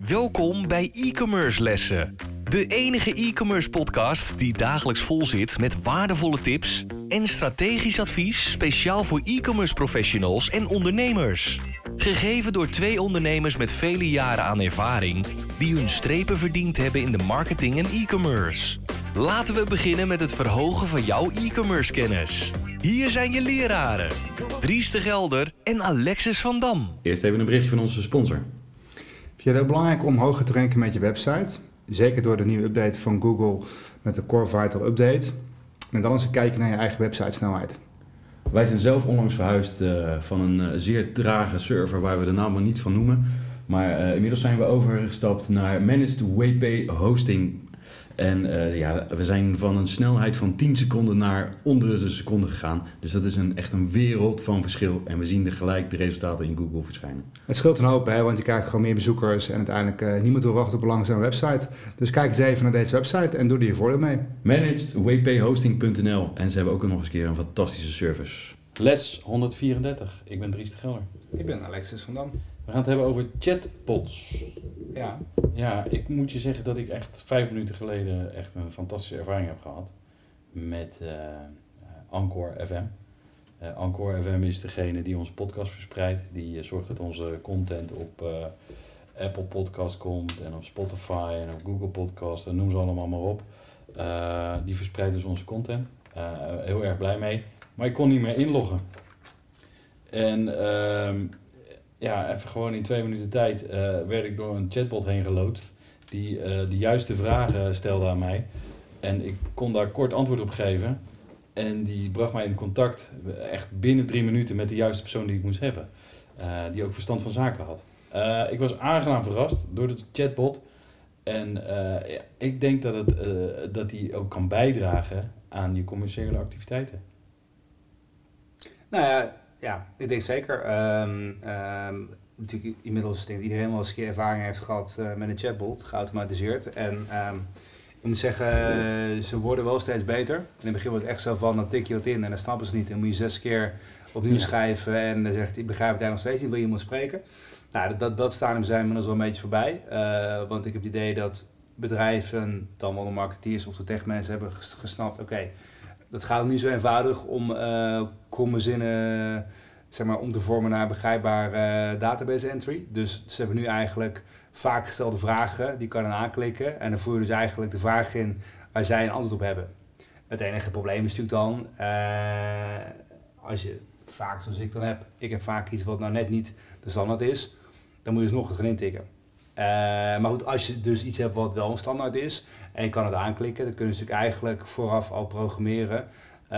Welkom bij e-commerce lessen. De enige e-commerce podcast die dagelijks vol zit met waardevolle tips en strategisch advies speciaal voor e-commerce professionals en ondernemers. Gegeven door 2 ondernemers met vele jaren aan ervaring die hun strepen verdiend hebben in de marketing en e-commerce. Laten we beginnen met het verhogen van jouw e-commerce kennis. Hier zijn je leraren, Dries de Gelder en Alexis van Dam. Eerst even een berichtje van onze sponsor. Vind je het ook belangrijk om hoger te ranken met je website? Zeker door de nieuwe update van Google met de Core Vital Update. En dan eens een kijkje naar je eigen websitesnelheid. Wij zijn zelf onlangs verhuisd van een zeer trage server waar we de naam maar niet van noemen. Maar inmiddels zijn we overgestapt naar Managed WP Hosting. En we zijn van een snelheid van 10 seconden naar onder de seconde gegaan. Dus dat is echt een wereld van verschil. En we zien gelijk de resultaten in Google verschijnen. Het scheelt een hoop, want je krijgt gewoon meer bezoekers en uiteindelijk niemand wil wachten op een langzame website. Dus kijk eens even naar deze website en doe er je voordeel mee. ManagedWPHosting.nl. En ze hebben ook nog eens een keer een fantastische service. Les 134. Ik ben Dries de Gelder. Ik ben Alexis van Dam. We gaan het hebben over chatbots. Ja. Ja, ik moet je zeggen dat ik echt 5 minuten geleden echt een fantastische ervaring heb gehad met Anchor FM. Anchor FM is degene die onze podcast verspreidt. Die zorgt dat onze content op Apple Podcast komt en op Spotify en op Google Podcast en noem ze allemaal maar op. Die verspreidt dus onze content. Heel erg blij mee. Maar ik kon niet meer inloggen. En even gewoon in 2 minuten tijd werd ik door een chatbot heen geloodst. Die de juiste vragen stelde aan mij. En ik kon daar kort antwoord op geven. En die bracht mij in contact, echt binnen 3 minuten, met de juiste persoon die ik moest hebben. Die ook verstand van zaken had. Ik was aangenaam verrast door de chatbot. En ik denk dat die ook kan bijdragen aan je commerciële activiteiten. Nou ja, ik denk zeker. Natuurlijk inmiddels denk ik iedereen wel eens een keer ervaring heeft gehad met een chatbot, geautomatiseerd. En ik moet zeggen, ze worden wel steeds beter. In het begin wordt het echt zo van, dan tik je wat in en dan snappen ze niet. En dan moet je 6 keer opnieuw schrijven en dan zegt hij, ik begrijp het eigenlijk nog steeds niet, wil je iemand spreken? Nou, dat stadium zijn we inmiddels wel een beetje voorbij. Want ik heb het idee dat bedrijven, dan wel de marketeers of de techmensen hebben gesnapt, oké, dat gaat niet zo eenvoudig om kromme zinnen om te vormen naar begrijpbare database entry. Dus ze hebben nu eigenlijk vaak gestelde vragen, die kan je dan aanklikken. En dan voer je dus eigenlijk de vraag in waar zij een antwoord op hebben. Het enige probleem is natuurlijk dan, als je vaak zoals ik dan heb, ik heb vaak iets wat nou net niet de standaard is, dan moet je dus nog het gaan intikken. Maar goed, als je dus iets hebt wat wel een standaard is en je kan het aanklikken, dan kun je natuurlijk eigenlijk vooraf al programmeren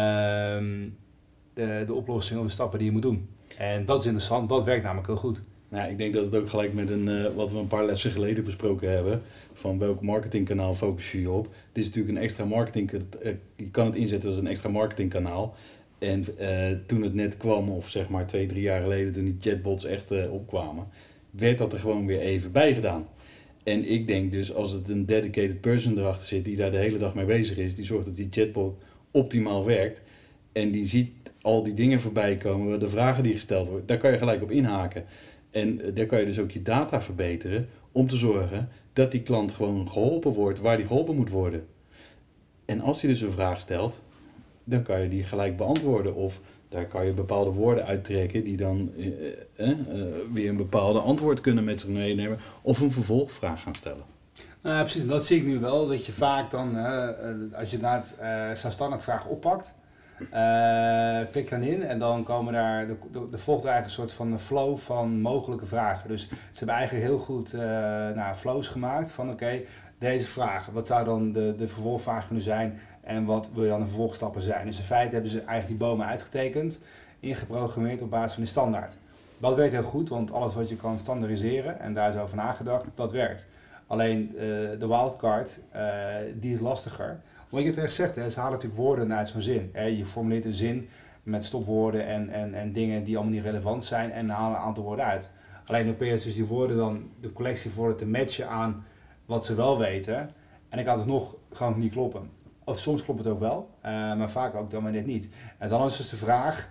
de oplossing of de stappen die je moet doen. En dat is interessant, dat werkt namelijk heel goed. Nou, ik denk dat het ook gelijk met wat we een paar lessen geleden besproken hebben, van welk marketingkanaal focus je op. Dit is natuurlijk een extra je kan het inzetten als een extra marketingkanaal. En toen het net kwam, of zeg maar 2-3 jaar geleden, toen die chatbots echt opkwamen, werd dat er gewoon weer even bij gedaan. En ik denk dus, als het een dedicated person erachter zit, die daar de hele dag mee bezig is, die zorgt dat die chatbot optimaal werkt, en die ziet al die dingen voorbij komen, de vragen die gesteld worden, daar kan je gelijk op inhaken. En daar kan je dus ook je data verbeteren om te zorgen dat die klant gewoon geholpen wordt waar die geholpen moet worden. En als hij dus een vraag stelt, dan kan je die gelijk beantwoorden. Of daar kan je bepaalde woorden uittrekken die dan weer een bepaalde antwoord kunnen met zich meenemen. Of een vervolgvraag gaan stellen. Precies, dat zie ik nu wel. Dat je vaak dan, als je zo'n standaardvraag oppakt, klik dan in en dan komen daar, er volgt eigenlijk een soort van flow van mogelijke vragen. Dus ze hebben eigenlijk heel goed flows gemaakt van oké, deze vraag, wat zou dan de vervolgvraag kunnen zijn en wat wil je dan de vervolgstappen zijn. Dus in feite hebben ze eigenlijk die bomen uitgetekend, ingeprogrammeerd op basis van de standaard. Dat werkt heel goed, want alles wat je kan standaardiseren en daar is over nagedacht, dat werkt. Alleen de wildcard, die is lastiger. Wat je terecht zegt, ze halen natuurlijk woorden uit zo'n zin. Je formuleert een zin met stopwoorden en dingen die allemaal niet relevant zijn en halen een aantal woorden uit. Alleen dan probeer je dus die woorden dan, de collectie woorden te matchen aan wat ze wel weten. En dan kan het nog gewoon niet kloppen. Of soms klopt het ook wel, maar vaak ook dan maar net niet. En dan is dus de vraag,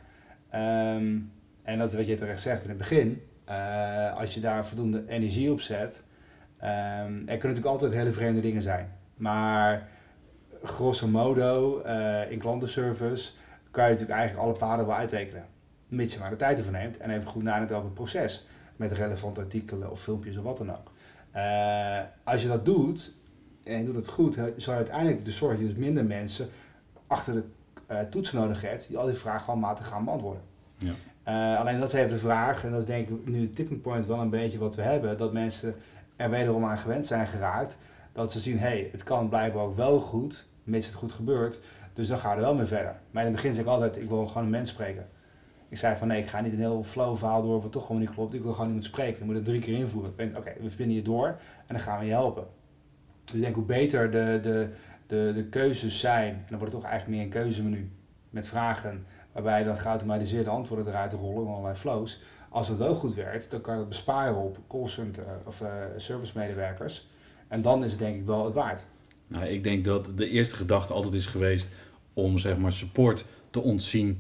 en dat is wat je terecht zegt in het begin, als je daar voldoende energie op zet, Er kunnen natuurlijk altijd hele vreemde dingen zijn. Maar grosso modo, in klantenservice kan je natuurlijk eigenlijk alle paden wel uittekenen. Mits je maar de tijd ervoor neemt en even goed nadenkt over het proces. Met relevante artikelen of filmpjes of wat dan ook. Als je dat doet, en je doet het goed, zal je uiteindelijk dus zorgen dat je dus minder mensen achter de toetsen nodig hebt die al die vragen handmatig gaan beantwoorden. Ja. Alleen dat is even de vraag, en dat is denk ik nu de tipping point wel een beetje wat we hebben, dat mensen er wederom aan gewend zijn geraakt, dat ze zien, het kan blijkbaar ook wel goed, mits het goed gebeurt, dus dan gaan we er wel mee verder. Maar in het begin zeg ik altijd, ik wil gewoon een mens spreken. Ik zei van nee, ik ga niet een heel flow verhaal door wat toch gewoon niet klopt, ik wil gewoon iemand spreken, je moet het 3 keer invoeren. Oké, we verbinden je door en dan gaan we je helpen. Dus ik denk hoe beter de keuzes zijn, en dan wordt het toch eigenlijk meer een keuzemenu met vragen, waarbij dan geautomatiseerde antwoorden eruit rollen in allerlei flows. Als het wel goed werkt, dan kan je het besparen op callcenter of servicemedewerkers. En dan is het denk ik wel het waard. Nou, ik denk dat de eerste gedachte altijd is geweest om zeg maar support te ontzien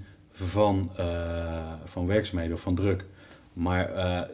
van werkzaamheden of van druk. Maar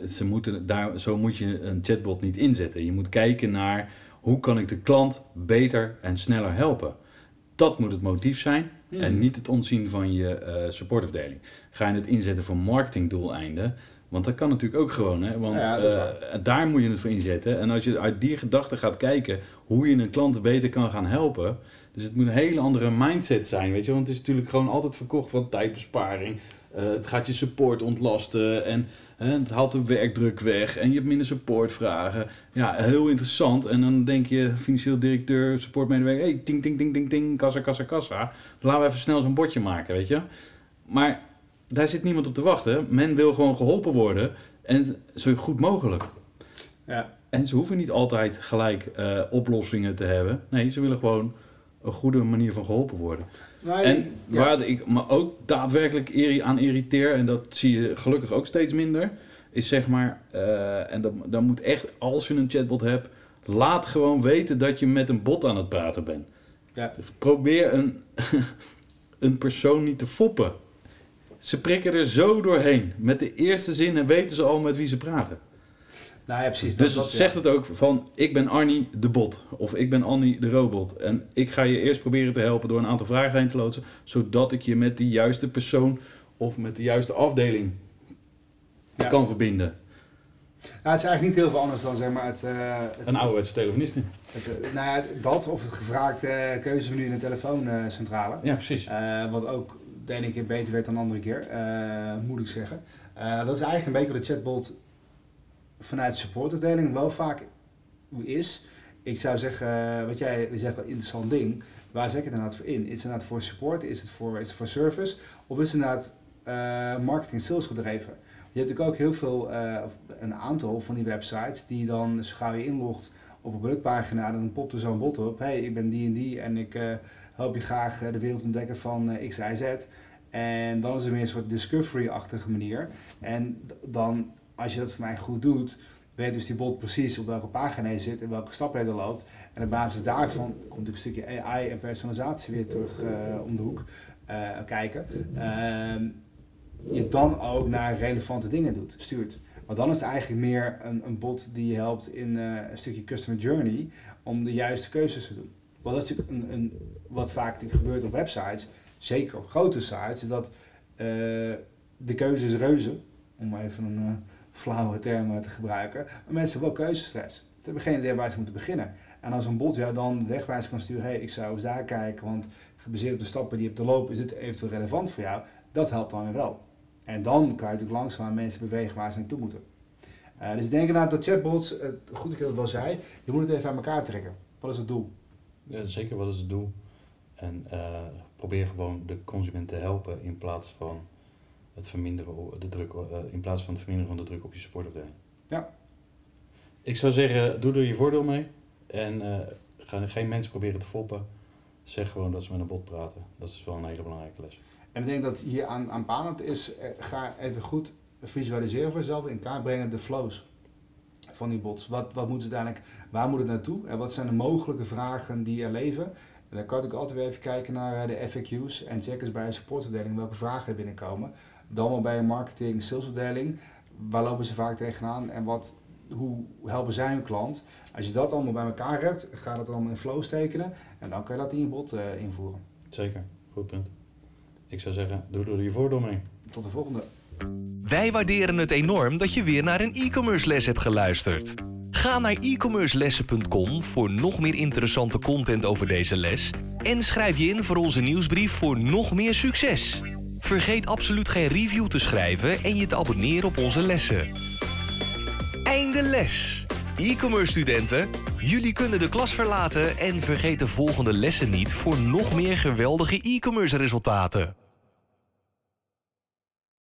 zo moet je een chatbot niet inzetten. Je moet kijken naar hoe kan ik de klant beter en sneller helpen. Dat moet het motief zijn en niet het ontzien van je supportafdeling. Ga je het inzetten voor marketingdoeleinden, want dat kan natuurlijk ook gewoon. Hè? Want daar moet je het voor inzetten. En als je uit die gedachte gaat kijken hoe je een klant beter kan gaan helpen. Dus het moet een hele andere mindset zijn, weet je. Want het is natuurlijk gewoon altijd verkocht van tijdbesparing. Het gaat je support ontlasten en het haalt de werkdruk weg. En je hebt minder supportvragen. Ja, heel interessant. En dan denk je, financieel directeur, supportmedewerker. Hey, ting, ting, ting, ting, ting, kassa, kassa, kassa. Laten we even snel zo'n bordje maken, weet je. Maar daar zit niemand op te wachten. Men wil gewoon geholpen worden. En zo goed mogelijk. Ja. En ze hoeven niet altijd gelijk oplossingen te hebben. Nee, ze willen gewoon een goede manier van geholpen worden. Waar ik me ook daadwerkelijk aan irriteer, en dat zie je gelukkig ook steeds minder, is zeg maar, dan moet echt, als je een chatbot hebt, laat gewoon weten dat je met een bot aan het praten bent. Ja. Probeer een persoon niet te foppen. Ze prikken er zo doorheen. Met de eerste zinnen weten ze al met wie ze praten. Nou ja, precies. Dus zegt het ook van, ik ben Arnie de bot. Of ik ben Annie de robot. En ik ga je eerst proberen te helpen door een aantal vragen heen te loodsen. Zodat ik je met de juiste persoon of met de juiste afdeling kan verbinden. Nou, het is eigenlijk niet heel veel anders dan zeg maar een ouderwetse telefoniste. Dat of het gevraagde keuzemenu in de telefooncentrale. Ja, precies. Wat ook de ene keer beter werd dan de andere keer. Moet ik zeggen. Dat is eigenlijk een beetje wat de chatbot vanuit de supportafdeling wel vaak is. Ik zou zeggen, wat jij zegt, wel een interessant ding. Waar zet ik het inderdaad voor in? Is het inderdaad voor support? Is het voor service? Of is het inderdaad marketing sales gedreven? Je hebt natuurlijk ook heel veel, een aantal van die websites die dan, zo gauw je inlogt op een productpagina, dan popt er zo'n bot op. Hey, ik ben die en ik help je graag de wereld ontdekken van X, Y, Z. En dan is er meer een soort discovery-achtige manier. En dan, als je dat voor mij goed doet, weet dus die bot precies op welke pagina je zit en welke stappen je er loopt. En op basis daarvan komt natuurlijk een stukje AI en personalisatie weer terug om de hoek kijken. Je dan ook naar relevante dingen stuurt. Want dan is het eigenlijk meer een bot die je helpt in een stukje customer journey om de juiste keuzes te doen. Want dat is natuurlijk wat vaak natuurlijk gebeurt op websites, zeker op grote sites, is dat de keuze is reuze, om even een flauwe term te gebruiken, maar mensen hebben wel keuzestress. Ze hebben geen idee waar ze moeten beginnen. En als een bot dan wegwijs kan sturen, hey, ik zou eens daar kijken, want gebaseerd op de stappen die je hebt te lopen, is dit eventueel relevant voor jou, dat helpt dan weer wel. En dan kan je natuurlijk langzaam mensen bewegen waar ze naartoe moeten. Dus ik denk inderdaad dat chatbots, goed dat ik dat wel zei, je moet het even aan elkaar trekken. Wat is het doel? Ja, zeker, wat is het doel? En probeer gewoon de consument te helpen in plaats van het verminderen van de druk op je supportafdeling. Ja. Ik zou zeggen, doe er je voordeel mee. En ga geen mensen proberen te foppen. Zeg gewoon dat ze met een bot praten. Dat is wel een hele belangrijke les. En ik denk dat hier aanpalend is, ga even goed visualiseren voor jezelf, in kaart brengen de flows van die bots. Wat moeten ze uiteindelijk, waar moet het naartoe? En wat zijn de mogelijke vragen die er leven? En dan kan ik altijd weer even kijken naar de FAQ's en check eens bij een supportafdeling welke vragen er binnenkomen. Dan wel bij een marketing salesafdeling, waar lopen ze vaak tegenaan en wat hoe helpen zij hun klant? Als je dat allemaal bij elkaar hebt, ga dat dan in flows tekenen en dan kan je dat in je bot invoeren. Zeker, goed punt. Ik zou zeggen, doe er je voordeel mee. Tot de volgende. Wij waarderen het enorm dat je weer naar een e-commerce les hebt geluisterd. Ga naar e-commercelessen.com voor nog meer interessante content over deze les en schrijf je in voor onze nieuwsbrief voor nog meer succes. Vergeet absoluut geen review te schrijven en je te abonneren op onze lessen. Einde les! E-commerce studenten, jullie kunnen de klas verlaten en vergeet de volgende lessen niet voor nog meer geweldige e-commerce resultaten.